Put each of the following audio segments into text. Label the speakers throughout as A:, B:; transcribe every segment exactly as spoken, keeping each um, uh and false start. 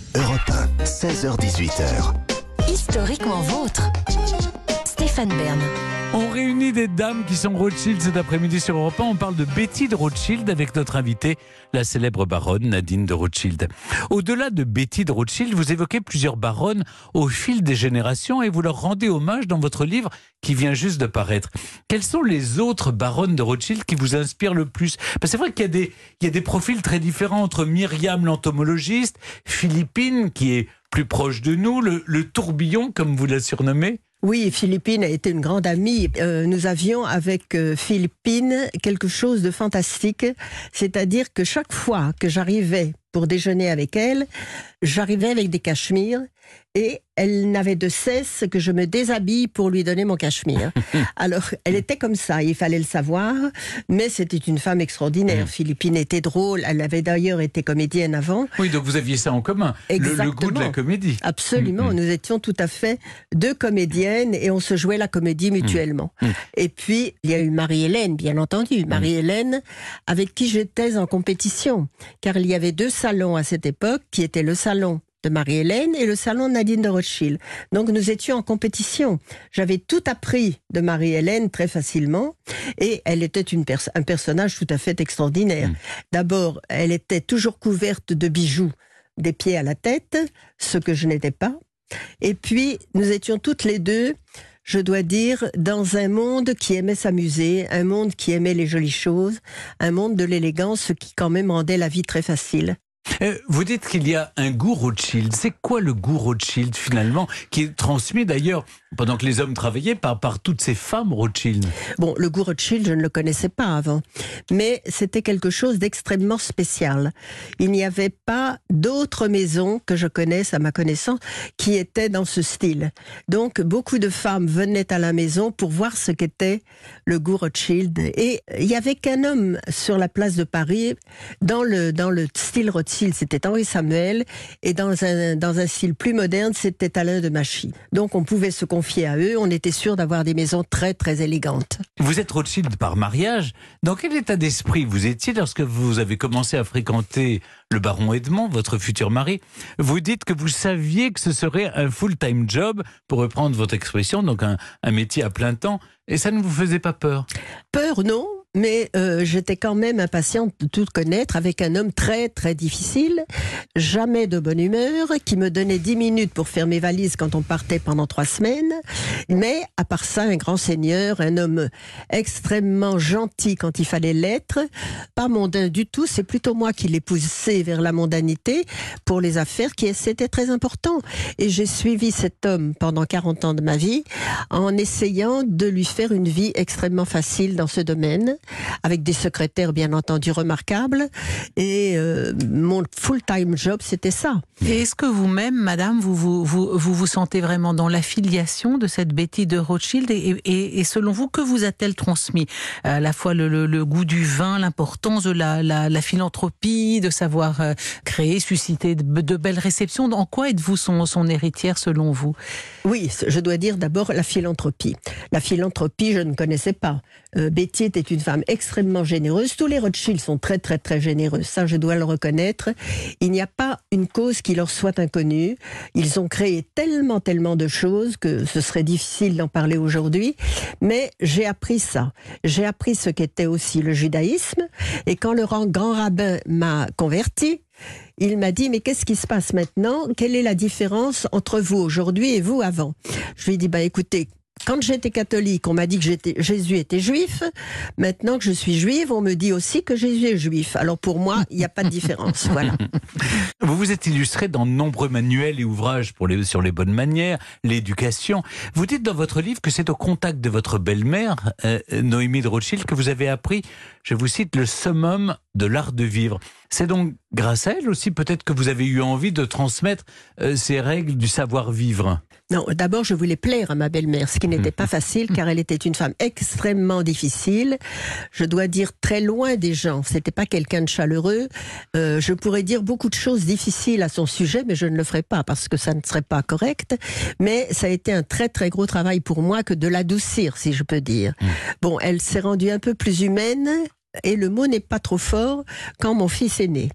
A: Europe un, seize heures dix-huit heures.
B: Historiquement vôtre. Stéphane Bern.
C: On réunit des dames qui sont Rothschild cet après-midi sur Europe un. On parle de Betty de Rothschild avec notre invitée, la célèbre baronne Nadine de Rothschild. Au-delà de Betty de Rothschild, vous évoquez plusieurs baronnes au fil des générations et vous leur rendez hommage dans votre livre qui vient juste de paraître. Quelles sont les autres baronnes de Rothschild qui vous inspirent le plus ? Parce que c'est vrai qu'il y a des, il y a des profils très différents entre Myriam l'entomologiste, Philippine qui est plus proche de nous, le, le tourbillon comme vous la surnommez.
D: Oui, Philippine a été une grande amie. Euh, nous avions avec euh, Philippine quelque chose de fantastique, c'est-à-dire que chaque fois que j'arrivais pour déjeuner avec elle, j'arrivais avec des cachemires et elle n'avait de cesse que je me déshabille pour lui donner mon cachemire. Alors, elle était comme ça, il fallait le savoir, mais c'était une femme extraordinaire. Mmh. Philippine était drôle, elle avait d'ailleurs été comédienne avant.
C: Oui, donc vous aviez ça en commun, le, le goût de la comédie.
D: Absolument, mmh. Nous étions tout à fait deux comédiennes et on se jouait la comédie mutuellement. Mmh. Et puis, il y a eu Marie-Hélène, bien entendu. Marie-Hélène, avec qui j'étais en compétition, car il y avait deux salons à cette époque, qui étaient le salon de Marie-Hélène et le salon de Nadine de Rothschild. Donc nous étions en compétition. J'avais tout appris de Marie-Hélène très facilement et elle était une pers- un personnage tout à fait extraordinaire. Mmh. D'abord, elle était toujours couverte de bijoux des pieds à la tête, ce que je n'étais pas. Et puis, nous étions toutes les deux, je dois dire, dans un monde qui aimait s'amuser, un monde qui aimait les jolies choses, un monde de l'élégance, ce qui quand même rendait la vie très facile.
C: Euh, vous dites qu'il y a un goût Rothschild. C'est quoi le goût Rothschild finalement, qui est transmis d'ailleurs pendant que les hommes travaillaient par, par toutes ces femmes Rothschild?
D: Bon, le goût Rothschild, je ne le connaissais pas avant, mais c'était quelque chose d'extrêmement spécial. Il n'y avait pas d'autres maisons que je connaisse, à ma connaissance, qui étaient dans ce style. Donc, beaucoup de femmes venaient à la maison pour voir ce qu'était le goût Rothschild. Et il n'y avait qu'un homme sur la place de Paris dans le, dans le style Rothschild. C'était Henri Samuel, et dans un, dans un style plus moderne, c'était Alain de Machy. Donc on pouvait se confier à eux, on était sûr d'avoir des maisons très très élégantes.
C: Vous êtes Rothschild par mariage. Dans quel état d'esprit vous étiez lorsque vous avez commencé à fréquenter le baron Edmond, votre futur mari? Vous dites que vous saviez que ce serait un full-time job, pour reprendre votre expression, donc un, un métier à plein temps, et ça ne vous faisait pas peur?
D: Peur, non. Mais euh, j'étais quand même impatiente de tout connaître, avec un homme très très difficile, jamais de bonne humeur, qui me donnait dix minutes pour faire mes valises quand on partait pendant trois semaines. Mais à part ça, un grand seigneur, un homme extrêmement gentil quand il fallait l'être, pas mondain du tout. C'est plutôt moi qui l'ai poussé vers la mondanité pour les affaires, qui c'était très important. Et j'ai suivi cet homme pendant quarante ans de ma vie en essayant de lui faire une vie extrêmement facile dans ce domaine, avec des secrétaires bien entendu remarquables, et euh, mon full-time job c'était ça.
E: Et est-ce que vous-même, madame, vous vous, vous, vous vous sentez vraiment dans l'affiliation de cette Betty de Rothschild, et, et, et selon vous, que vous a-t-elle transmis? À la fois le, le, le goût du vin, l'importance de la, la, la philanthropie, de savoir euh, créer, susciter de, de belles réceptions. En quoi êtes-vous son, son héritière selon vous?
D: Oui, je dois dire d'abord la philanthropie. La philanthropie, je ne connaissais pas. Euh, Betty était une femme extrêmement généreuse. Tous les Rothschild sont très très très généreux, ça je dois le reconnaître. Il n'y a pas une cause qui leur soit inconnue. Ils ont créé tellement tellement de choses que ce serait difficile d'en parler aujourd'hui, mais j'ai appris ça. J'ai appris ce qu'était aussi le judaïsme, et quand le grand rabbin m'a converti, il m'a dit, mais qu'est-ce qui se passe maintenant? Quelle est la différence entre vous aujourd'hui et vous avant? Je lui ai dit, bah écoutez, quand j'étais catholique, on m'a dit que j'étais, Jésus était juif. Maintenant que je suis juive, on me dit aussi que Jésus est juif. Alors pour moi, il n'y a pas de différence. Voilà.
C: Vous vous êtes illustré dans de nombreux manuels et ouvrages pour les, sur les bonnes manières, l'éducation. Vous dites dans votre livre que c'est au contact de votre belle-mère, euh, Noémie de Rothschild, que vous avez appris, je vous cite, le summum de l'art de vivre. C'est donc grâce à elle aussi peut-être que vous avez eu envie de transmettre euh, ces règles du savoir-vivre.
D: Non, d'abord je voulais plaire à ma belle-mère, ce qui n'était pas facile car elle était une femme extrêmement difficile. Je dois dire très loin des gens. C'était pas quelqu'un de chaleureux. Euh, je pourrais dire beaucoup de choses difficiles à son sujet, mais je ne le ferai pas parce que ça ne serait pas correct. Mais ça a été un très très gros travail pour moi que de l'adoucir, si je peux dire. Mmh. Bon, elle s'est rendue un peu plus humaine. Et le mot n'est pas trop fort quand mon fils est né.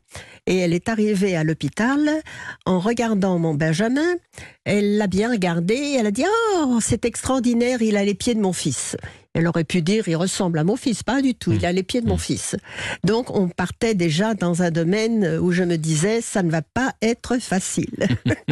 D: Et elle est arrivée à l'hôpital en regardant mon Benjamin. Elle l'a bien regardé et elle a dit « Oh, c'est extraordinaire, il a les pieds de mon fils ». Elle aurait pu dire « Il ressemble à mon fils ». Pas du tout, il a les pieds de mon fils. Donc on partait déjà dans un domaine où je me disais « Ça ne va pas être facile ».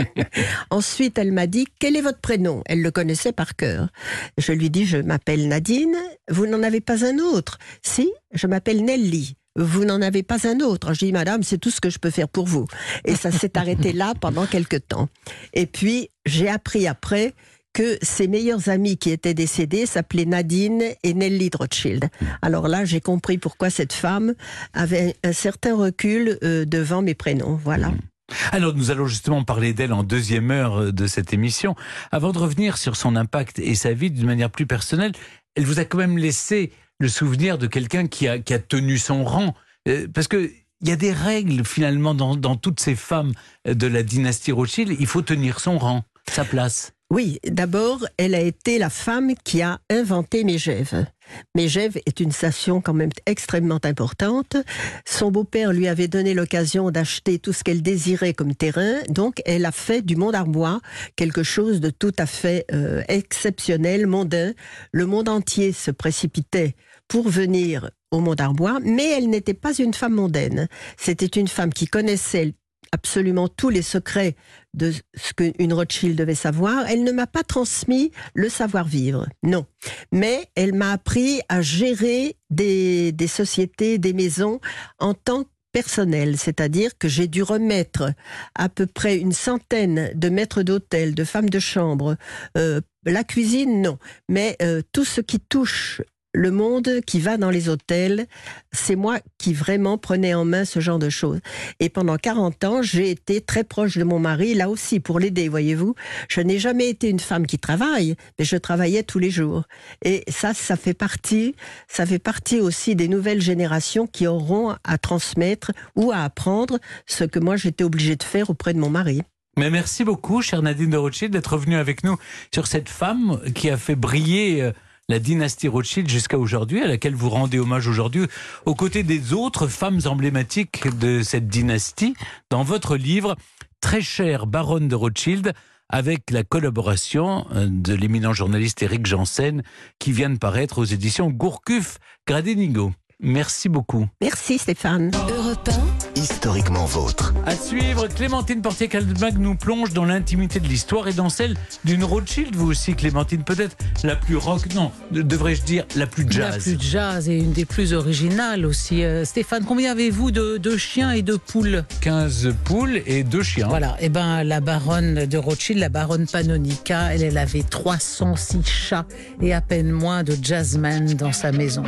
D: Ensuite, elle m'a dit « Quel est votre prénom ?» Elle le connaissait par cœur. Je lui dis « Je m'appelle Nadine. Vous n'en avez pas un autre ?»« Si, je m'appelle Nelly. » Vous n'en avez pas un autre. Je dis, madame, c'est tout ce que je peux faire pour vous. Et ça s'est arrêté là pendant quelque temps. Et puis, j'ai appris après que ses meilleurs amis qui étaient décédés s'appelaient Nadine et Nelly de Rothschild. Alors là, j'ai compris pourquoi cette femme avait un certain recul euh, devant mes prénoms. Voilà.
C: Alors nous allons justement parler d'elle en deuxième heure de cette émission. Avant de revenir sur son impact et sa vie d'une manière plus personnelle, elle vous a quand même laissé le souvenir de quelqu'un qui a, qui a tenu son rang. Euh, parce que il y a des règles finalement dans, dans toutes ces femmes de la dynastie Rothschild. Il faut tenir son rang, sa place.
D: Oui, d'abord, elle a été la femme qui a inventé Megève. Megève est une station quand même extrêmement importante. Son beau-père lui avait donné l'occasion d'acheter tout ce qu'elle désirait comme terrain. Donc, elle a fait du Mont d'Arbois quelque chose de tout à fait euh, exceptionnel, mondain. Le monde entier se précipitait pour venir au Mont d'Arbois, mais elle n'était pas une femme mondaine. C'était une femme qui connaissait absolument tous les secrets de ce qu'une Rothschild devait savoir. Elle ne m'a pas transmis le savoir-vivre, non. Mais elle m'a appris à gérer des, des sociétés, des maisons en tant que personnel, c'est-à-dire que j'ai dû remettre à peu près une centaine de maîtres d'hôtel, de femmes de chambre, euh, la cuisine, non, mais euh, tout ce qui touche le monde qui va dans les hôtels, c'est moi qui vraiment prenais en main ce genre de choses. Et pendant quarante ans, j'ai été très proche de mon mari, là aussi, pour l'aider, voyez-vous. Je n'ai jamais été une femme qui travaille, mais je travaillais tous les jours. Et ça, ça fait partie, ça fait partie aussi des nouvelles générations qui auront à transmettre ou à apprendre ce que moi j'étais obligée de faire auprès de mon mari.
C: Mais merci beaucoup, chère Nadine de Rothschild, d'être revenue avec nous sur cette femme qui a fait briller la dynastie Rothschild jusqu'à aujourd'hui, à laquelle vous rendez hommage aujourd'hui, aux côtés des autres femmes emblématiques de cette dynastie, dans votre livre « Très chère baronne de Rothschild », avec la collaboration de l'éminent journaliste Éric Janssen, qui vient de paraître aux éditions Gourcuff-Gradenigo. Merci beaucoup.
D: Merci Stéphane.
B: Europe un,
A: Historiquement vôtre.
C: À suivre, Clémentine Portier-Kaltenbach nous plonge dans l'intimité de l'histoire et dans celle d'une Rothschild. Vous aussi, Clémentine, peut-être la plus rock, non, devrais-je dire la plus jazz.
E: La plus jazz et une des plus originales aussi. Euh, Stéphane, combien avez-vous de, de chiens et de poules ?
C: quinze poules et deux chiens.
E: Voilà, et ben la baronne de Rothschild, la baronne Pannonica, elle, elle avait trois cent six chats et à peine moins de jazzmen dans sa maison.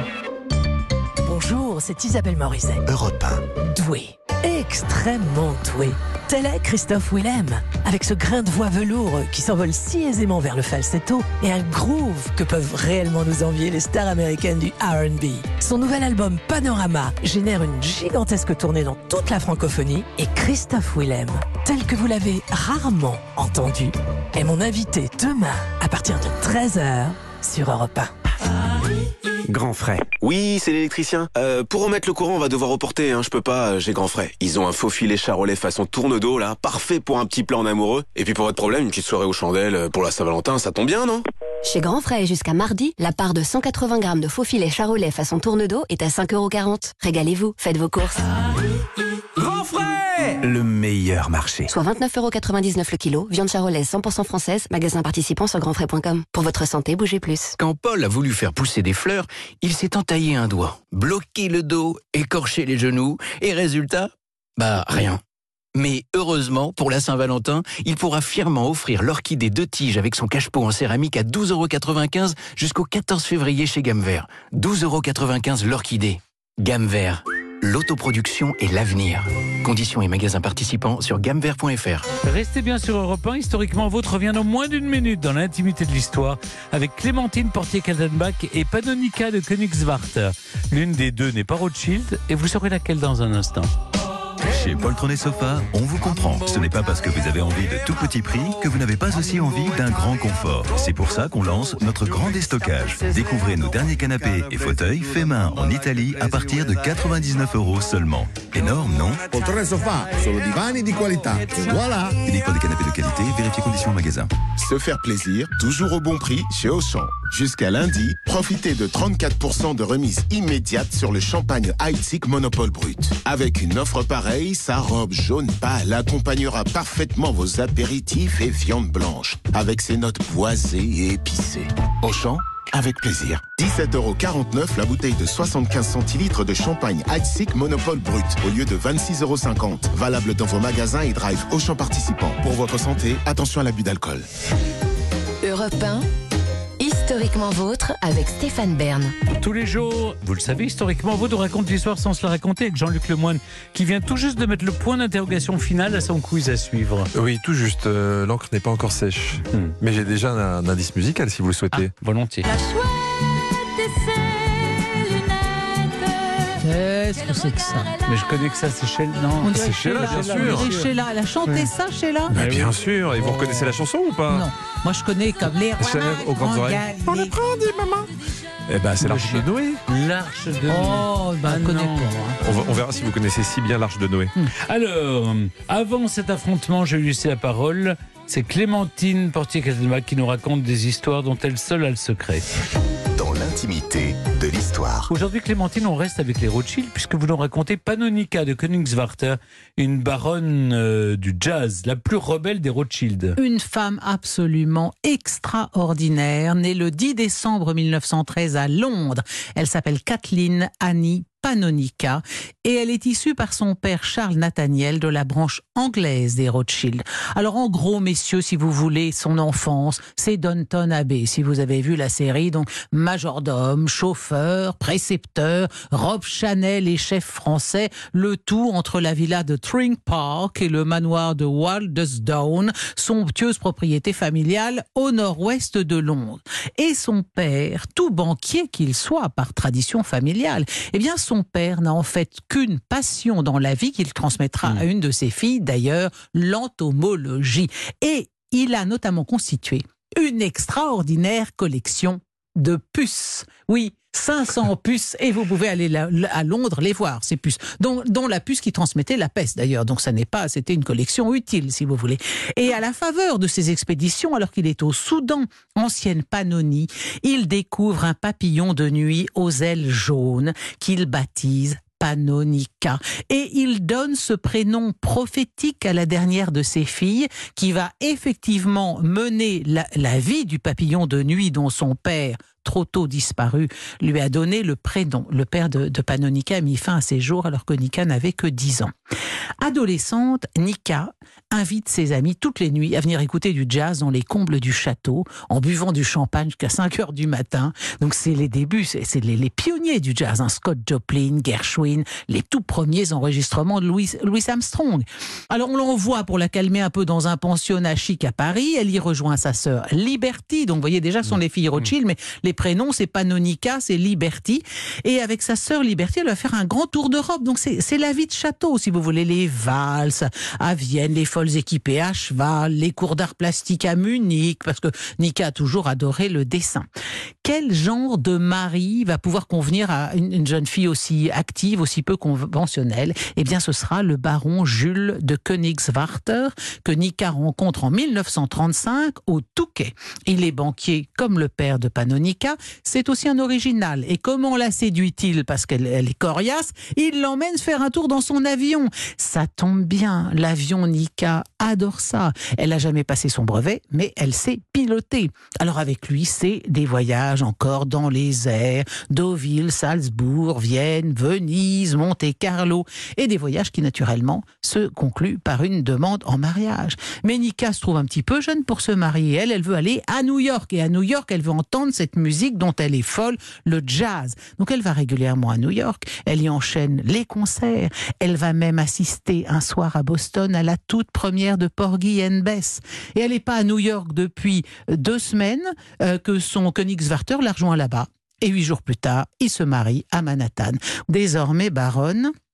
F: Bonjour, c'est Isabelle Morizet.
A: Europe un.
F: Doué, extrêmement doué. Tel est Christophe Willem, avec ce grain de voix velours qui s'envole si aisément vers le falsetto et un groove que peuvent réellement nous envier les stars américaines du R and B. Son nouvel album Panorama génère une gigantesque tournée dans toute la francophonie et Christophe Willem, tel que vous l'avez rarement entendu, est mon invité demain à partir de treize heures sur Europe un.
G: Grand frais.
H: Oui, c'est l'électricien. Euh, pour remettre le courant, on va devoir reporter, hein. Je peux pas, j'ai grand frais. Ils ont un faux filet charolais façon tourne-dos, là. Parfait pour un petit plat en amoureux. Et puis pour votre problème, une petite soirée aux chandelles pour la Saint-Valentin, ça tombe bien, non?
I: Chez Grand Frais, jusqu'à mardi, la part de cent quatre-vingts grammes de faux filet charolais façon tourne-dos est à cinq euros quarante. Régalez-vous, faites vos courses.
G: Grand frais, le meilleur marché.
I: Soit vingt-neuf euros quatre-vingt-dix-neuf le kilo, viande charolaise cent pour cent française, magasin participant sur grand frais point com. Pour votre santé, bougez plus.
J: Quand Paul a voulu faire pousser des fleurs, il s'est entaillé un doigt, bloqué le dos, écorché les genoux, et résultat, bah rien. Mais heureusement, pour la Saint-Valentin, il pourra fièrement offrir l'orchidée de tige avec son cache-pot en céramique à douze euros quatre-vingt-quinze jusqu'au quatorze février chez Gamme Vert. douze euros quatre-vingt-quinze l'orchidée. Gamme Vert, l'autoproduction et l'avenir. Conditions et magasins participants sur gamme vert point f r.
C: Restez bien sur Europe un. Historiquement Vôtre revient dans moins d'une minute dans l'intimité de l'histoire avec Clémentine Portier-Kaltenbach et Pannonica de Königswarth. L'une des deux n'est pas Rothschild et vous saurez laquelle dans un instant.
K: Chez Poltron et Sofa, on vous comprend. Ce n'est pas parce que vous avez envie de tout petit prix que vous n'avez pas aussi envie d'un grand confort. C'est pour ça qu'on lance notre grand déstockage. Découvrez nos derniers canapés et fauteuils faits main en Italie à partir de quatre-vingt-dix-neuf euros seulement. Énorme, non?
L: Poltron et Sofa, solo divani di qualità. Voilà.
K: Uniquement des canapés de qualité, vérifiez conditions en magasin.
L: Se faire plaisir, toujours au bon prix chez Auchan. Jusqu'à lundi, profitez de trente-quatre pour cent de remise immédiate sur le champagne Heidsieck Monopole Brut. Avec une offre pareille, sa robe jaune pâle accompagnera parfaitement vos apéritifs et viande blanche, avec ses notes boisées et épicées. Auchan, avec plaisir. dix-sept euros quarante-neuf la bouteille de soixante-quinze centilitres de champagne Heidsieck Monopole Brut au lieu de vingt-six euros cinquante. Valable dans vos magasins et drive Auchan participants. Pour votre santé, attention à l'abus d'alcool.
B: Europe un, historiquement vôtre avec Stéphane Bern.
C: Tous les jours, vous le savez, historiquement vôtre, on raconte l'histoire sans se la raconter avec Jean-Luc Lemoyne qui vient tout juste de mettre le point d'interrogation final à son quiz à suivre.
M: Oui, tout juste. Euh, L'encre n'est pas encore sèche. Hmm. Mais j'ai déjà un, un indice musical si vous le souhaitez.
C: Ah, volontiers.
E: La chouette et ses lunettes. Qu'est-ce que c'est que ça?
C: Mais je connais que ça, c'est Sheila. Non,
M: c'est Sheila, bien sûr.
E: On dirait Sheila. Elle a chanté oui. ça, Sheila?
M: Mais bien sûr. Et vous reconnaissez la chanson ou pas?
E: Non. Moi, je connais comme les
M: Chanel aux grandes oreilles.
E: On le prend, dit maman.
M: Eh ben, c'est l'Arche de Noé.
C: L'Arche de Noé.
E: Oh, ben,
C: ah,
E: on connaît pas. Hein.
M: On, va, on verra si vous connaissez si bien l'Arche de Noé.
C: Hum. Alors, avant cet affrontement, je lui laisse la parole. C'est Clémentine Portier-Caselmac qui nous raconte des histoires dont elle seule a le secret.
A: Dans l'intimité de l'histoire.
C: Aujourd'hui, Clémentine, on reste avec les Rothschild puisque vous nous racontez Panonica de Königswarter, une baronne euh, du jazz, la plus rebelle des Rothschild.
E: Une femme absolument extraordinaire, née le dix décembre mille neuf cent treize à Londres. Elle s'appelle Kathleen Annie Panonica et elle est issue par son père Charles Nathaniel de la branche anglaise des Rothschild. Alors en gros, messieurs, si vous voulez, son enfance, c'est Downton Abbey. Si vous avez vu la série, donc majordome, chauffeur, précepteur, robe Chanel et chef français, le tout entre la villa de Tring Park et le manoir de Waldesdown, somptueuse propriété familiale au nord-ouest de Londres. Et son père, tout banquier qu'il soit par tradition familiale, eh bien son Son père n'a en fait qu'une passion dans la vie qu'il transmettra mmh. à une de ses filles, d'ailleurs, l'entomologie. Et il a notamment constitué une extraordinaire collection de puces. Oui, cinq cents puces, et vous pouvez aller là, à Londres les voir, ces puces, dont, dont la puce qui transmettait la peste d'ailleurs, donc ça n'est pas, c'était une collection utile si vous voulez. Et à la faveur de ces expéditions, alors qu'il est au Soudan, ancienne Pannonie, il découvre un papillon de nuit aux ailes jaunes qu'il baptise Panonica. Et il donne ce prénom prophétique à la dernière de ses filles, qui va effectivement mener la, la vie du papillon de nuit dont son père, trop tôt disparu, lui a donné le prénom. Le père de, de Panonica a mis fin à ses jours alors que Nika n'avait que dix ans. Adolescente, Nika invite ses amis toutes les nuits à venir écouter du jazz dans les combles du château, en buvant du champagne jusqu'à cinq heures du matin. Donc c'est les débuts, c'est, c'est les, les pionniers du jazz, hein. Scott Joplin, Gershwin, les tout premiers enregistrements de Louis, Louis Armstrong. Alors on l'envoie pour la calmer un peu dans un pensionnat chic à Paris. Elle y rejoint sa sœur Liberty. Donc vous voyez déjà, ce sont les filles Rothschild, mais les prénoms, c'est Panonica, c'est Liberty. Et avec sa sœur Liberty, elle va faire un grand tour d'Europe. Donc c'est, c'est la vie de château, si vous voulez, les valses à Vienne, les folles équipées à cheval, les cours d'art plastique à Munich, parce que Nika a toujours adoré le dessin. Quel genre de mari va pouvoir convenir à une, une jeune fille aussi active, aussi peu conventionnelle? Eh bien, ce sera le baron Jules de Königswarter, que Nika rencontre en mille neuf cent trente-cinq au Touquet. Il est banquier comme le père de Panonica. C'est aussi un original. Et comment la séduit-il? Parce qu'elle elle est coriace. Il l'emmène faire un tour dans son avion. Ça tombe bien. L'avion, Nika adore ça. Elle n'a jamais passé son brevet, mais elle sait piloter. Alors avec lui, c'est des voyages encore dans les airs. Deauville, Salzbourg, Vienne, Venise, Monte-Carlo. Et des voyages qui, naturellement, se concluent par une demande en mariage. Mais Nika se trouve un petit peu jeune pour se marier. Elle, elle veut aller à New York. Et à New York, elle veut entendre cette musique dont elle est folle, le jazz. Donc elle va régulièrement à New York. Elle y enchaîne les concerts. Elle va même assister un soir à Boston à la toute première de Porgy and Bess. Et elle n'est pas à New York depuis deux semaines euh, que son Königswarter la rejoint là-bas. Et huit jours plus tard, il se marie à Manhattan. Désormais baronne,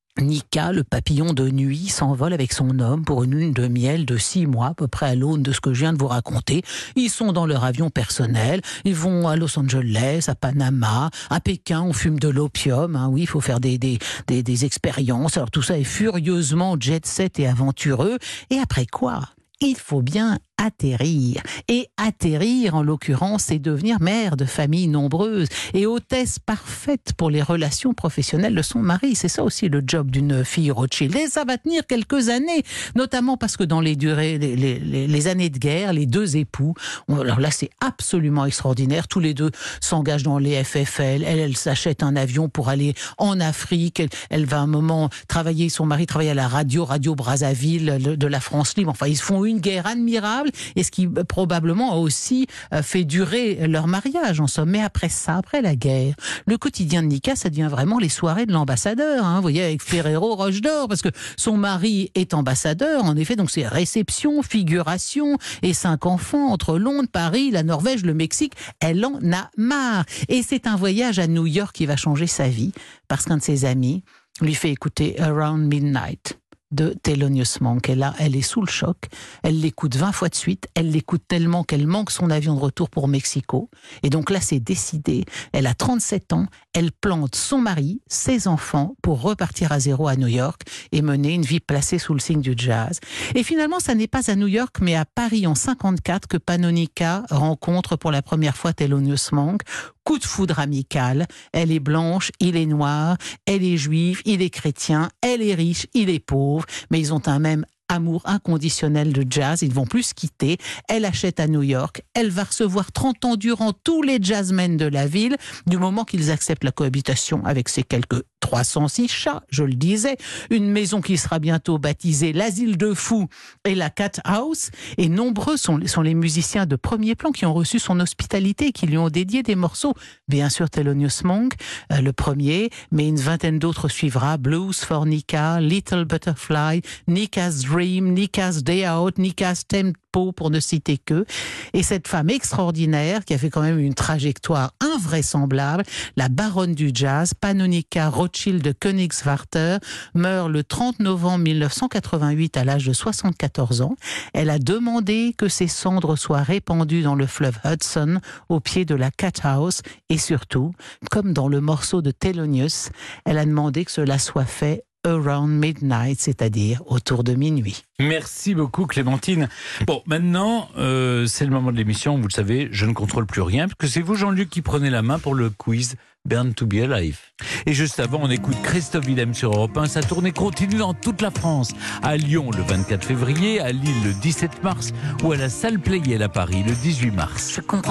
E: Nika, le papillon de nuit, s'envole avec son homme pour une lune de miel de six mois, à peu près à l'aune de ce que je viens de vous raconter. Ils sont dans leur avion personnel, ils vont à Los Angeles, à Panama, à Pékin, on fume de l'opium, hein, oui, il faut faire des, des, des, des expériences. Alors tout ça est furieusement jet-set et aventureux. Et après quoi ? Il faut bien atterrir. Et atterrir, en l'occurrence, c'est devenir mère de famille nombreuse et hôtesse parfaite pour les relations professionnelles de son mari. C'est ça aussi le job d'une fille Rothschild. Et ça va tenir quelques années, notamment parce que dans les durées, les, les, les années de guerre, les deux époux, alors là c'est absolument extraordinaire, tous les deux s'engagent dans les F F L, elle, elle s'achète un avion pour aller en Afrique, elle, elle va un moment travailler, son mari travaille à la radio, Radio Brazzaville de la France libre, enfin ils font une guerre admirable, et ce qui probablement a aussi fait durer leur mariage en somme. Mais après ça, après la guerre, le quotidien de Nika, ça devient vraiment les soirées de l'ambassadeur, hein, vous voyez, avec Ferrero Roche d'Or, parce que son mari est ambassadeur, en effet, donc c'est réception, figuration, et cinq enfants entre Londres, Paris, la Norvège, le Mexique, elle en a marre. Et c'est un voyage à New York qui va changer sa vie, parce qu'un de ses amis lui fait écouter Around Midnight de Thelonious Monk. Et là, elle est sous le choc. Elle l'écoute vingt fois de suite. Elle l'écoute tellement qu'elle manque son avion de retour pour Mexico. Et donc là, c'est décidé. Elle a trente-sept ans. Elle plante son mari, ses enfants, pour repartir à zéro à New York et mener une vie placée sous le signe du jazz. Et finalement, ça n'est pas à New York, mais à Paris en cinquante-quatre que Panonica rencontre pour la première fois Thelonious Monk. Coup de foudre amical. Elle est blanche, il est noir. Elle est juive, il est chrétien. Elle est riche, il est pauvre. Mais ils ont un même amour inconditionnel de jazz, ils ne vont plus se quitter. Elle achète à New York, elle va recevoir trente ans durant tous les jazzmen de la ville, du moment qu'ils acceptent la cohabitation avec ces quelques trois cent six chats, je le disais, une maison qui sera bientôt baptisée l'Asile de Fous et la Cat House, et nombreux sont, sont les musiciens de premier plan qui ont reçu son hospitalité et qui lui ont dédié des morceaux. Bien sûr, Thelonious Monk, euh, le premier, mais une vingtaine d'autres suivra, Blues for Nika, Little Butterfly, Nika's Dream, Nika's Day Out, Nika's Tempo, pour ne citer que. Et cette femme extraordinaire, qui a fait quand même une trajectoire invraisemblable, la baronne du jazz, Panonica Rothschild de Königswarter, meurt le trente novembre mille neuf cent quatre-vingt-huit à l'âge de soixante-quatorze ans. Elle a demandé que ses cendres soient répandues dans le fleuve Hudson, au pied de la Cat House, et surtout, comme dans le morceau de Thelonious, elle a demandé que cela soit fait around midnight, c'est-à-dire autour de minuit.
C: Merci beaucoup Clémentine. Bon, maintenant, euh, c'est le moment de l'émission, vous le savez, je ne contrôle plus rien, parce que c'est vous Jean-Luc qui prenez la main pour le quiz Born to be Alive. Et juste avant, on écoute Christophe Willem sur Europe un. Sa tournée continue dans toute la France. À Lyon le vingt-quatre février, à Lille le dix-sept mars, ou à la Salle Pleyel à Paris le dix-huit mars.
E: Je comprends.